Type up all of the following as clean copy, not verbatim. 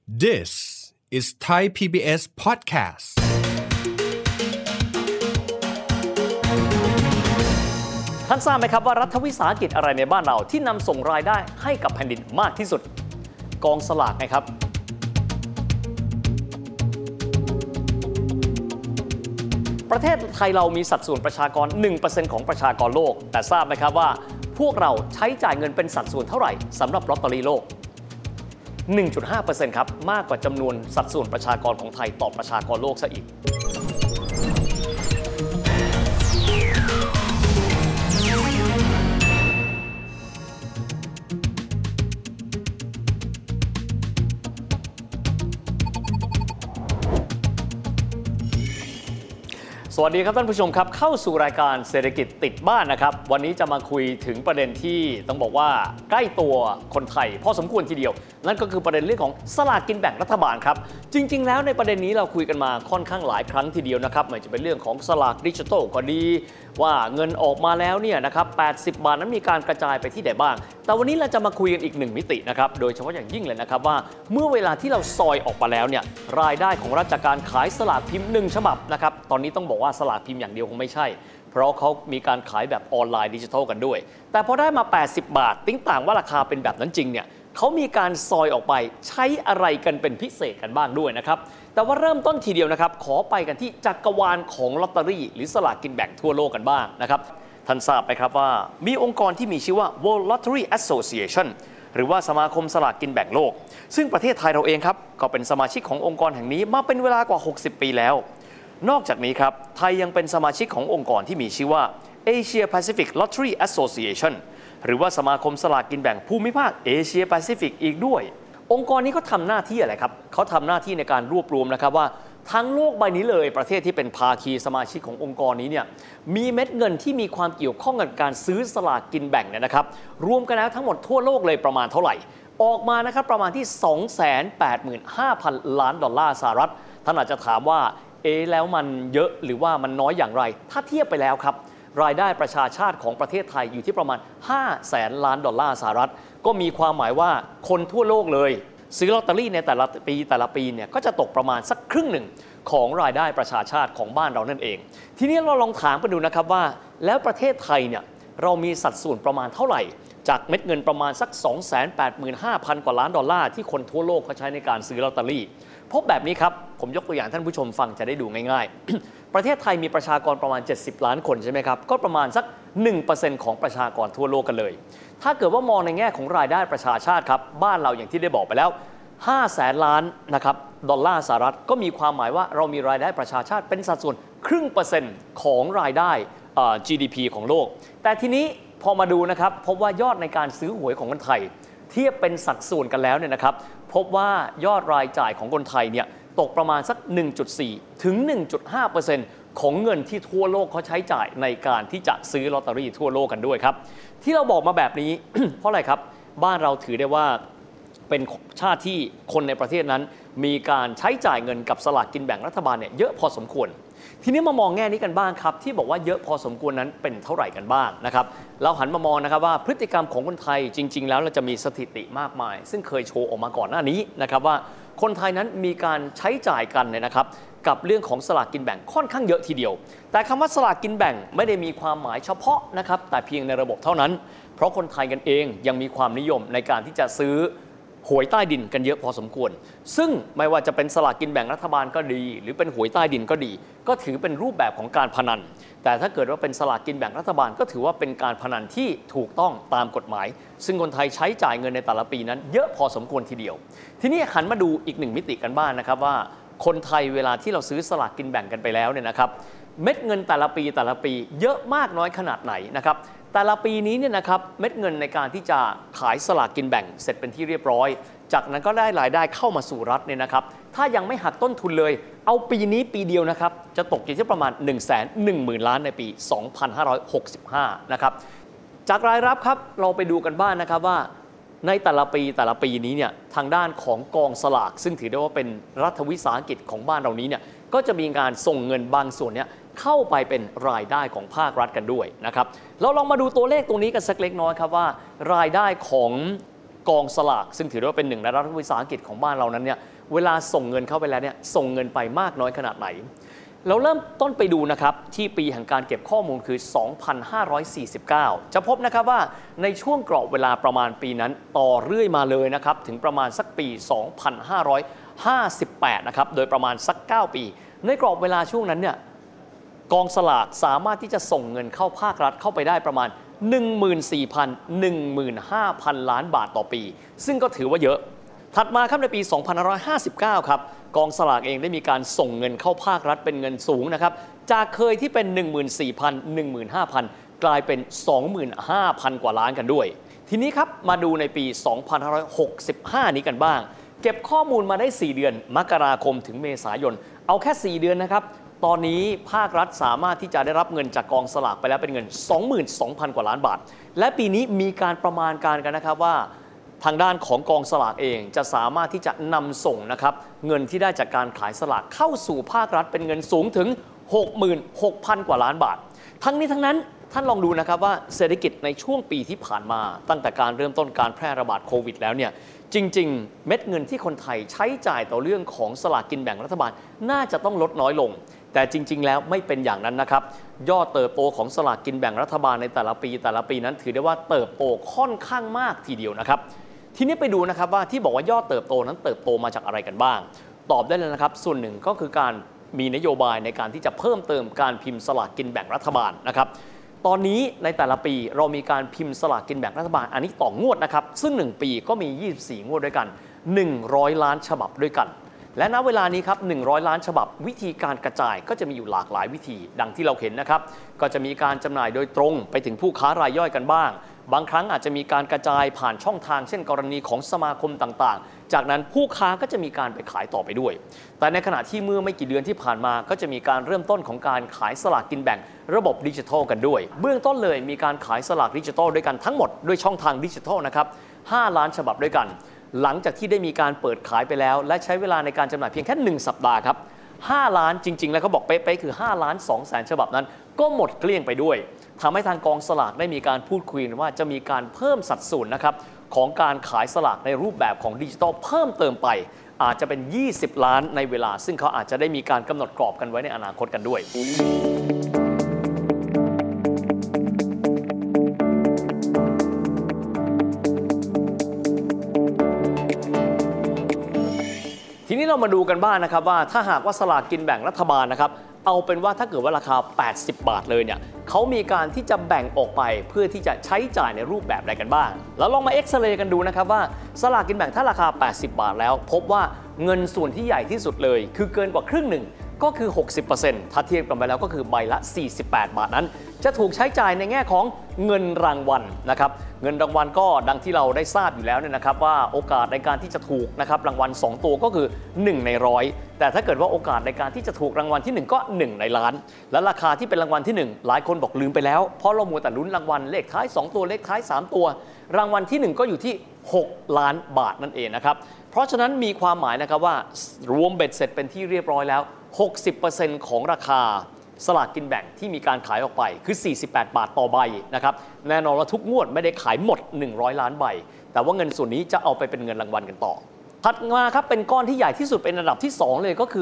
This is Thai PBS podcast. ท่านทราบไหมครับว่ารัฐวิสาหกิจอะไรในบ้านเราที่นำส่งรายได้ให้กับแผ่นดินมากที่สุดกองสลากไงครับประเทศไทยเรามีสัดส่วนประชากร 1% ของประชากรโลกแต่ทราบไหมครับว่าพวกเราใช้จ่ายเงินเป็นสัดส่วนเท่าไหร่สำหรับลอตเตอรี่โลก 1.5% ครับมากกว่าจำนวนสัดส่วนประชากรของไทยต่อประชากรโลกซะอีกสวัสดีครับท่านผู้ชมครับเข้าสู่รายการเศรษฐกิจติดบ้านนะครับวันนี้จะมาคุยถึงประเด็นที่ต้องบอกว่าใกล้ตัวคนไทยพอสมควรทีเดียวนั่นก็คือประเด็นเรื่องของสลากกินแบ่งรัฐบาลครับจริงๆแล้วในประเด็นนี้เราคุยกันมาค่อนข้างหลายครั้งทีเดียวนะครับไม่ว่าจะเป็นเรื่องของสลากดิจิทัลก็ดีว่าเงินออกมาแล้วเนี่ยนะครับ80 บาทนั้นมีการกระจายไปที่ไหนบ้างแต่วันนี้เราจะมาคุยกันอีก1มิตินะครับโดยเฉพาะอย่างยิ่งเลยนะครับว่าเมื่อเวลาที่เราซอยออกมาแล้วเนี่ยรายได้ของรัฐจากการขายสลากพิมพ์1ฉบับนะครับตอนนี้ต้องบอกว่าสลากพิมพ์อย่างเดียวคงไม่ใช่เพราะเขามีการขายแบบออนไลน์ดิจิทัลกันด้วยแต่พอได้มา80 บาทติ้งต่างว่าราคาเป็นแบบนั้นจริงเนี่ยเขามีการซอยออกไปใช้อะไรกันเป็นพิเศษกันบ้างด้วยนะครับแต่ว่าเริ่มต้นทีเดียวนะครับขอไปกันที่จักรวาลของลอตเตอรี่หรือสลากกินแบ่งทั่วโลกกันบ้างนะครับท่านทราบไหมครับว่ามีองค์กรที่มีชื่อว่า World Lottery Association หรือว่าสมาคมสลากกินแบ่งโลกซึ่งประเทศไทยเราเองครับก็เป็นสมาชิกขององค์กรแห่งนี้มาเป็นเวลากว่า60 ปีแล้วนอกจากนี้ครับไทยยังเป็นสมาชิกขององค์กรที่มีชื่อว่า Asia Pacific Lottery Association หรือว่าสมาคมสลากกินแบ่งภูมิภาคเอเชียแปซิฟิกอีกด้วยองค์กรนี้เขาทำหน้าที่อะไรครับเขาทำหน้าที่ในการรวบรวมนะครับว่าทั้งโลกใบนี้เลยประเทศที่เป็นภาคีสมาชิกขององค์กรนี้เนี่ยมีเม็ดเงินที่มีความเกี่ยวข้องกับการซื้อสลากกินแบ่งเนี่ยนะครับรวมกันแล้วทั้งหมดทั่วโลกเลยประมาณเท่าไหร่ออกมานะครับประมาณที่ 285,000 ล้านดอลลาร์สหรัฐท่านอาจจะถามว่าแล้วมันเยอะหรือว่ามันน้อยอย่างไรถ้าเทียบไปแล้วครับรายได้ประชาชาติของประเทศไทยอยู่ที่ประมาณ500,000 ล้านดอลลาร์สหรัฐก็มีความหมายว่าคนทั่วโลกเลยซื้อลอตเตอรี่ในแต่ละปีเนี่ยก็จะตกประมาณสักครึ่งหนึ่งของรายได้ประชาชาติของบ้านเรานั่นเองทีนี้เราลองถามกันดูนะครับว่าแล้วประเทศไทยเนี่ยเรามีสัดส่วนประมาณเท่าไหร่จากเม็ดเงินประมาณสัก 285,000 กว่าล้านดอลลาร์ที่คนทั่วโลกเขาใช้ในการซื้อลอตเตอรี่พบแบบนี้ครับผมยกตัวอย่างท่านผู้ชมฟังจะได้ดูง่ายๆ ประเทศไทยมีประชากรประมาณ70 ล้านคนใช่ไหมครับก็ประมาณสัก 1% ของประชากรทั่วโลกกันเลยถ้าเกิดว่ามองในแง่ของรายได้ประชาชาติครับบ้านเราอย่างที่ได้บอกไปแล้ว500,000 ล้านนะครับดอลลาร์สหรัฐก็มีความหมายว่าเรามีรายได้ประชาชาติเป็นสัดส่วน0.5% ของรายได้ GDP ของโลกแต่ทีนี้พอมาดูนะครับพบว่ายอดในการซื้อหวยของคนไทยเทียบเป็นสัดส่วนกันแล้วเนี่ยนะครับพบว่ายอดรายจ่ายของคนไทยเนี่ยตกประมาณสัก 1.4 ถึง 1.5% ของเงินที่ทั่วโลกเขาใช้จ่ายในการที่จะซื้อลอตเตอรี่ทั่วโลกกันด้วยครับที่เราบอกมาแบบนี้ เพราะอะไรครับบ้านเราถือได้ว่าเป็นชาติที่คนในประเทศนั้นมีการใช้จ่ายเงินกับสลากกินแบ่งรัฐบาลเนี่ยเยอะพอสมควรทีนี้มามองแง่นี้กันบ้างครับที่บอกว่าเยอะพอสมควรนั้นเป็นเท่าไหร่กันบ้างนะครับเราหันมามองนะครับว่าพฤติกรรมของคนไทยจริงๆแล้วเราจะมีสถิติมากมายซึ่งเคยโชว์ออกมาก่อนหน้านี้นะครับว่าคนไทยนั้นมีการใช้จ่ายกันเนี่ยนะครับกับเรื่องของสลากกินแบ่งค่อนข้างเยอะทีเดียวแต่คำว่าสลากกินแบ่งไม่ได้มีความหมายเฉพาะนะครับแต่เพียงในระบบเท่านั้นเพราะคนไทยกันเองยังมีความนิยมในการที่จะซื้อหวยใต้ดินกันเยอะพอสมควรซึ่งไม่ว่าจะเป็นสลากกินแบ่งรัฐบาลก็ดีหรือเป็นหวยใต้ดินก็ดีก็ถือเป็นรูปแบบของการพนันแต่ถ้าเกิดว่าเป็นสลากกินแบ่งรัฐบาลก็ถือว่าเป็นการพนันที่ถูกต้องตามกฎหมายซึ่งคนไทยใช้จ่ายเงินในแต่ละปีนั้นเยอะพอสมควรทีเดียวทีนี้หันมาดูอีก1มิติกันบ้างนะครับว่าคนไทยเวลาที่เราซื้อสลากกินแบ่งกันไปแล้วเนี่ยนะครับเม็ดเงินแต่ละปีเยอะมากน้อยขนาดไหนนะครับแต่ละปีนี้เนี่ยนะครับเม็ดเงินในการที่จะขายสลากกินแบ่งเสร็จเป็นที่เรียบร้อยจากนั้นก็ได้รายได้เข้ามาสู่รัฐเนี่ยนะครับถ้ายังไม่หักต้นทุนเลยเอาปีนี้ปีเดียวนะครับจะตกอยู่ที่ประมาณ 110,000 ล้านในปี 2565 นะครับจากรายรับครับเราไปดูกันบ้าง นะครับว่าในแต่ละปีนี้เนี่ยทางด้านของกองสลากซึ่งถือได้ว่าเป็นรัฐวิสาหกิจของบ้านเรานี้เนี่ยก็จะมีการส่งเงินบางส่วนเนี่ยเข้าไปเป็นรายได้ของภาครัฐกันด้วยนะครับเราลองมาดูตัวเลขตรงนี้กันสักเล็กน้อยครับว่ารายได้ของกองสลากซึ่งถือว่าเป็นหนึ่งในรัฐวิสาหกิจของบ้านเรานั้นเนี่ยเวลาส่งเงินเข้าไปแล้วเนี่ยส่งเงินไปมากน้อยขนาดไหนเราเริ่มต้นไปดูนะครับที่ปีแห่งการเก็บข้อมูลคือ 2549 จะพบนะครับว่าในช่วงกรอบเวลาประมาณปีนั้นต่อเรื่อยมาเลยนะครับถึงประมาณสักปี 2558 นะครับโดยประมาณสัก 9 ปีในกรอบเวลาช่วงนั้นเนี่ยกองสลากสามารถที่จะส่งเงินเข้าภาครัฐเข้าไปได้ประมาณ 14,000-15,000 ล้านบาทต่อปีซึ่งก็ถือว่าเยอะถัดมาครับในปี 2559 ครับกองสลากเองได้มีการส่งเงินเข้าภาครัฐเป็นเงินสูงนะครับจากเคยที่เป็น 14,000 15,000 กลายเป็น 25,000 กว่าล้านกันด้วยทีนี้ครับมาดูในปี 2565 นี้กันบ้างเก็บข้อมูลมาได้ 4 เดือนมกราคมถึงเมษายนเอาแค่ 4 เดือนนะครับตอนนี้ภาครัฐสามารถที่จะได้รับเงินจากกองสลากไปแล้วเป็นเงิน 22,000 กว่าล้านบาทและปีนี้มีการประมาณการกันนะครับว่าทางด้านของกองสลากเองจะสามารถที่จะนำส่งนะครับเงินที่ได้จากการขายสลากเข้าสู่ภาครัฐเป็นเงินสูงถึง 66,000 กว่าล้านบาททั้งนี้ทั้งนั้นท่านลองดูนะครับว่าเศรษฐกิจในช่วงปีที่ผ่านมาตั้งแต่การเริ่มต้นการแพร่ระบาดโควิดแล้วเนี่ยจริงๆเม็ดเงินที่คนไทยใช้จ่ายต่อเรื่องของสลากกินแบ่งรัฐบาลน่าจะต้องลดน้อยลงแต่จริงๆแล้วไม่เป็นอย่างนั้นนะครับยอดเติบโตของสลากกินแบ่งรัฐบาลในแต่ละปีนั้นถือได้ว่าเติบโตค่อนข้างมากทีเดียวนะครับทีนี้ไปดูนะครับว่าที่บอกว่ายอดเติบโตนั้นเติบโตมาจากอะไรกันบ้างตอบได้เลยนะครับส่วนหนึ่งก็คือการมีนโยบายในการที่จะเพิ่มเติมการพิมพ์สลากกินแบ่งรัฐบาลนะครับตอนนี้ในแต่ละปีเรามีการพิมพ์สลากกินแบ่งรัฐบาลอันนี้ต่องวดนะครับซึ่ง1ปีก็มี24งวดด้วยกัน100ล้านฉบับด้วยกันและณเวลานี้ครับ100ล้านฉบับวิธีการกระจายก็จะมีอยู่หลากหลายวิธีดังที่เราเห็นนะครับก็จะมีการจำหน่ายโดยตรงไปถึงผู้ค้ารายย่อยกันบ้างบางครั้งอาจจะมีการกระจายผ่านช่องทางเช่นกรณีของสมาคมต่างๆจากนั้นผู้ค้าก็จะมีการไปขายต่อไปด้วยแต่ในขณะที่เมื่อไม่กี่เดือนที่ผ่านมาก็จะมีการเริ่มต้นของการขายสลากกินแบ่งระบบดิจิทัลกันด้วยเบื้องต้นเลยมีการขายสลากดิจิทัลด้วยกันทั้งหมดด้วยช่องทางดิจิทัลนะครับ5ล้านฉบับด้วยกันหลังจากที่ได้มีการเปิดขายไปแล้วและใช้เวลาในการจำหน่ายเพียงแค่1สัปดาห์ครับ5ล้านจริงๆแล้วเขาบอกเป๊ะๆคือ5ล้าน2แสนฉบับนั้นก็หมดเกลี้ยงไปด้วยทำให้ทางกองสลากได้มีการพูดคุยว่าจะมีการเพิ่มสัดส่วนนะครับของการขายสลากในรูปแบบของดิจิทัลเพิ่มเติมไปอาจจะเป็น20ล้านในเวลาซึ่งเขาอาจจะได้มีการกำหนดกรอบกันไว้ในอนาคตกันด้วยทีนี้เรามาดูกันบ้าง นะครับว่าถ้าหากว่าสลากกินแบ่งรัฐบาลนะครับเอาเป็นว่าถ้าเกิดว่าราคา80บาทเลยเนี่ยเขามีการที่จะแบ่งออกไปเพื่อที่จะใช้จ่ายในรูปแบบใดกันบ้างแล้วลองมาเอ็กซเรย์กันดูนะครับว่าสลากกินแบ่งถ้าราคา80บาทแล้วพบว่าเงินส่วนที่ใหญ่ที่สุดเลยคือเกินกว่าครึ่งหนึ่งก็คือ 60% ถ้าเทียบกันไปแล้วก็คือใบละ48บาทนั้นจะถูกใช้จ่ายในแง่ของเงินรางวัลนะครับเงินรางวัลก็ดังที่เราได้ทราบอยู่แล้วเนี่ยนะครับว่าโอกาสในการที่จะถูกนะครับรางวัล2ตัวก็คือ1ใน100แต่ถ้าเกิดว่าโอกาสในการที่จะถูกรางวัลที่1ก็1ในล้านและราคาที่เป็นรางวัลที่1หลายคนบอกลืมไปแล้วเพราะเรามัวแต่ลุ้นรางวัลเลขท้าย2ตัวเลขท้าย3ตัวรางวัลที่1ก็อยู่ที่6ล้านบาทนั่นเองนะครับเพราะฉะนั้นมีความหมายนะครับว่ารวมเบ็ดเสร็จเป็นที่เรียบร้อยแล้ว60% ของราคาสลากกินแบ่งที่มีการขายออกไปคือ48บาทต่อใบนะครับแน่นอนว่าทุกงวดไม่ได้ขายหมด100ล้านใบแต่ว่าเงินส่วนนี้จะเอาไปเป็นเงินรางวัลกันต่อถัดมาครับเป็นก้อนที่ใหญ่ที่สุดเป็นอันดับที่2เลยก็คือ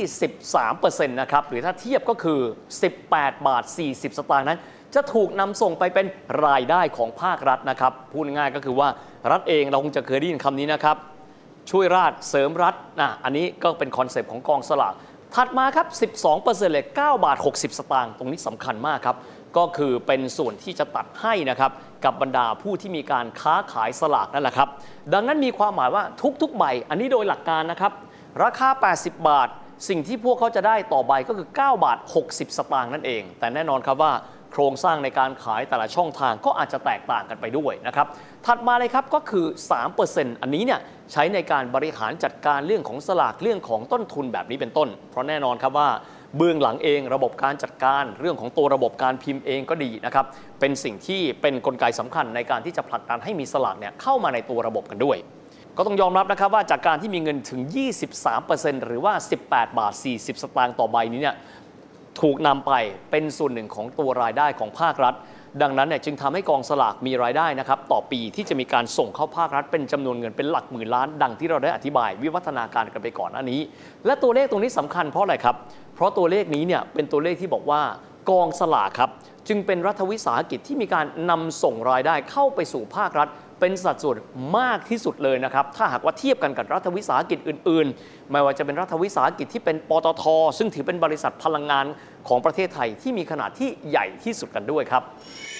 23% นะครับหรือถ้าเทียบก็คือ18บาท40สตางค์นั้นจะถูกนำส่งไปเป็นรายได้ของภาครัฐนะครับพูดง่ายก็คือว่ารัฐเองเราคงจะเคยได้ยินคำนี้นะครับช่วยราชเสริมรัฐอันนี้ก็เป็นคอนเซปต์ของกองสลากถัดมาครับ 12% เลย9บาท60สตางค์ตรงนี้สำคัญมากครับก็คือเป็นส่วนที่จะตัดให้นะครับกับบรรดาผู้ที่มีการค้าขายสลากนั่นแหละครับดังนั้นมีความหมายว่าทุกๆใบอันนี้โดยหลักการนะครับราคา80บาทสิ่งที่พวกเขาจะได้ต่อใบก็คือ9บาท60สตางค์นั่นเองแต่แน่นอนครับว่าโครงสร้างในการขายแต่ละช่องทางก็อาจจะแตกต่างกันไปด้วยนะครับถัดมาเลยครับก็คือ 3% อันนี้เนี่ยใช้ในการบริหารจัดการเรื่องของสลากเรื่องของต้นทุนแบบนี้เป็นต้นเพราะแน่นอนครับว่าเบื้องหลังเองระบบการจัดการเรื่องของตัวระบบการพิมพ์เองก็ดีนะครับเป็นสิ่งที่เป็นกลไกสำคัญในการที่จะผลักดันให้มีสลากเนี่ยเข้ามาในตัวระบบกันด้วยก็ต้องยอมรับนะครับว่าจากการที่มีเงินถึง 23% หรือว่า18บาท40สตางค์ต่อใบนี้เนี่ยถูกนำไปเป็นส่วนหนึ่งของตัวรายได้ของภาครัฐดังนั้นเนี่ยจึงทำให้กองสลากมีรายได้นะครับต่อปีที่จะมีการส่งเข้าภาครัฐเป็นจำนวนเงินเป็นหลักหมื่นล้านดังที่เราได้อธิบายวิวัฒนาการกันไปก่อนหน้านี้และตัวเลขตรงนี้สำคัญเพราะอะไรครับเพราะตัวเลขนี้เนี่ยเป็นตัวเลขที่บอกว่ากองสลากครับจึงเป็นรัฐวิสาหกิจที่มีการนำส่งรายได้เข้าไปสู่ภาครัฐเป็นสัดส่วนมากที่สุดเลยนะครับถ้าหากว่าเทียบกันกับรัฐวิสาหกิจอื่นๆไม่ว่าจะเป็นรัฐวิสาหกิจที่เป็นปตท.ซึ่งถือเป็นบริษัทพลังงานของประเทศไทยที่มีขนาดที่ใหญ่ที่สุดกันด้วยครับ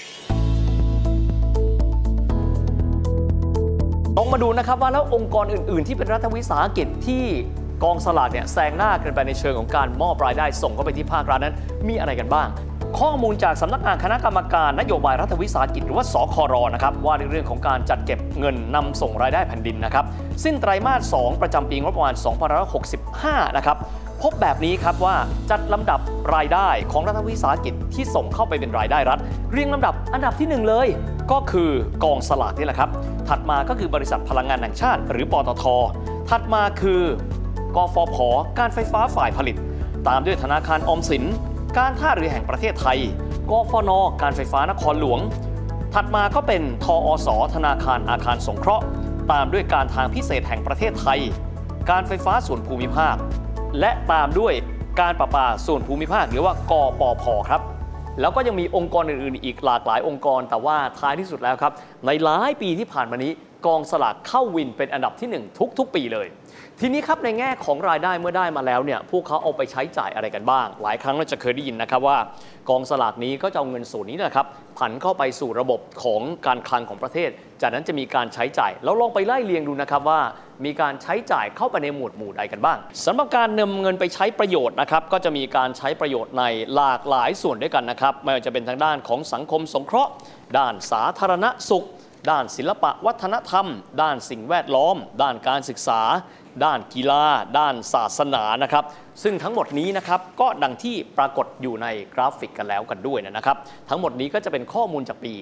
ลองมาดูนะครับว่าแล้วองค์กรอื่นๆที่เป็นรัฐวิสาหกิจที่กองสลากเนี่ยแซงหน้ากันไปในเชิงของการมอบรายได้ส่งเข้าไปที่ภาครัฐนั้นมีอะไรกันบ้างข้อมูลจากสำนักงานคณะกรรมการนโยบายรัฐวิสาหกิจหรือว่าสคร.นะครับว่าในเรื่องของการจัดเก็บเงินนำส่งรายได้แผ่นดินนะครับสิ้นไตรมาส 2 ประจำปีงบประมาณ 2565 นะครับพบแบบนี้ครับว่าจัดลำดับรายได้ของรัฐวิสาหกิจที่ส่งเข้าไปเป็นรายได้รัฐเรียงลำดับอันดับที่1เลยก็คือกองสลากนี่แหละครับถัดมาก็คือบริษัทพลังงานแห่งชาติหรือปตท.ถัดมาคือกฟผ.การไฟฟ้าฝ่ายผลิตตามด้วยธนาคารออมสินการท่าเรือแห่งประเทศไทยกฟน.การไฟฟ้านครหลวงถัดมาก็เป็นทอส.ธนาคารอาคารสงเคราะห์ตามด้วยการทางพิเศษแห่งประเทศไทยการไฟฟ้าส่วนภูมิภาคและตามด้วยการประปาส่วนภูมิภาคหรือว่ากปภ.ครับแล้วก็ยังมีองค์กรอื่นๆอีกหลากหลายองค์กรแต่ว่าท้ายที่สุดแล้วครับในหลายปีที่ผ่านมานี้กองสลากเข้าวินเป็นอันดับที่1ทุกปีเลยทีนี้ครับในแง่ของรายได้เมื่อได้มาแล้วเนี่ยพวกเขาเอาไปใช้จ่ายอะไรกันบ้างหลายครั้งเราจะเคยได้ยินนะครับว่ากองสลากนี้ก็จะเอาเงินส่วนนี้นะครับผันเข้าไปสู่ระบบของการคลังของประเทศจากนั้นจะมีการใช้จ่ายแล้วลองไปไล่เรียงดูนะครับว่ามีการใช้จ่ายเข้าไปในหมวดหมู่ใดกันบ้างสำหรับการนำเงินไปใช้ประโยชน์นะครับก็จะมีการใช้ประโยชน์ในหลากหลายส่วนด้วยกันนะครับไม่ว่าจะเป็นทางด้านของสังคมสงเคราะห์ด้านสาธารณสุขด้านศิลปะวัฒนธรรมด้านสิ่งแวดล้อมด้านการศึกษาด้านกีฬาด้านศาสนานะครับซึ่งทั้งหมดนี้นะครับก็ดังที่ปรากฏอยู่ในกราฟิกกันแล้วกันด้วยนะครับทั้งหมดนี้ก็จะเป็นข้อมูลจากปี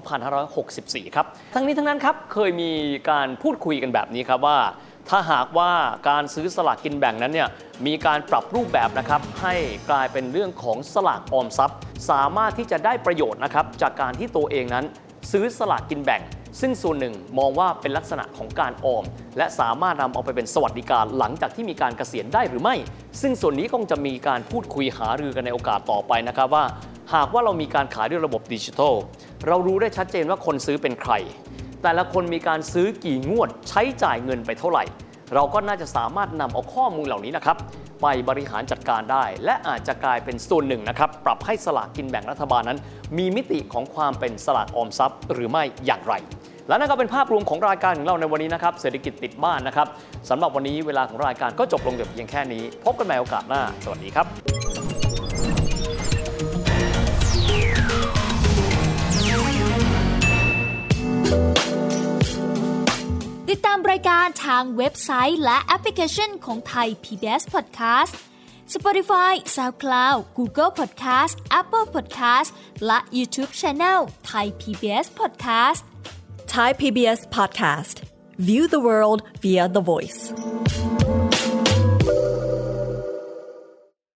2564 ครับทั้งนี้ทั้งนั้นครับเคยมีการพูดคุยกันแบบนี้ครับว่าถ้าหากว่าการซื้อสลากกินแบ่งนั้นเนี่ยมีการปรับรูปแบบนะครับให้กลายเป็นเรื่องของสลากออมทรัพย์สามารถที่จะได้ประโยชน์นะครับจากการที่ตัวเองนั้นซื้อสลากกินแบ่งซึ่งส่วนหนึ่งมองว่าเป็นลักษณะของการออมและสามารถนำเอาไปเป็นสวัสดิการหลังจากที่มีการเกษียณได้หรือไม่ซึ่งส่วนนี้คงจะมีการพูดคุยหารือกันในโอกาสต่อไปนะครับว่าหากว่าเรามีการขายด้วยระบบดิจิทัลเรารู้ได้ชัดเจนว่าคนซื้อเป็นใครแต่ละคนมีการซื้อกี่งวดใช้จ่ายเงินไปเท่าไหร่เราก็น่าจะสามารถนำเอาข้อมูลเหล่านี้นะครับไปบริหารจัดการได้และอาจจะกลายเป็นส่วนหนึ่งนะครับปรับให้สลากกินแบ่งรัฐบาลนั้นมีมิติของความเป็นสลากออมทรัพย์หรือไม่อย่างไรและนั่นก็เป็นภาพรวมของรายการของเราในวันนี้นะครับเศรษฐกิจติดบ้านนะครับสำหรับวันนี้เวลาของรายการก็จบลงแต่เพียงแค่นี้พบกันใหม่โอกาสหน้าสวัสดีครับติดตามรายการทางเว็บไซต์และแอปพลิเคชันของไทย PBS Podcast Spotify, SoundCloud, Google Podcast, Apple Podcast และ YouTube Channel Thai PBS Podcast Thai PBS Podcast. View the world via the voice.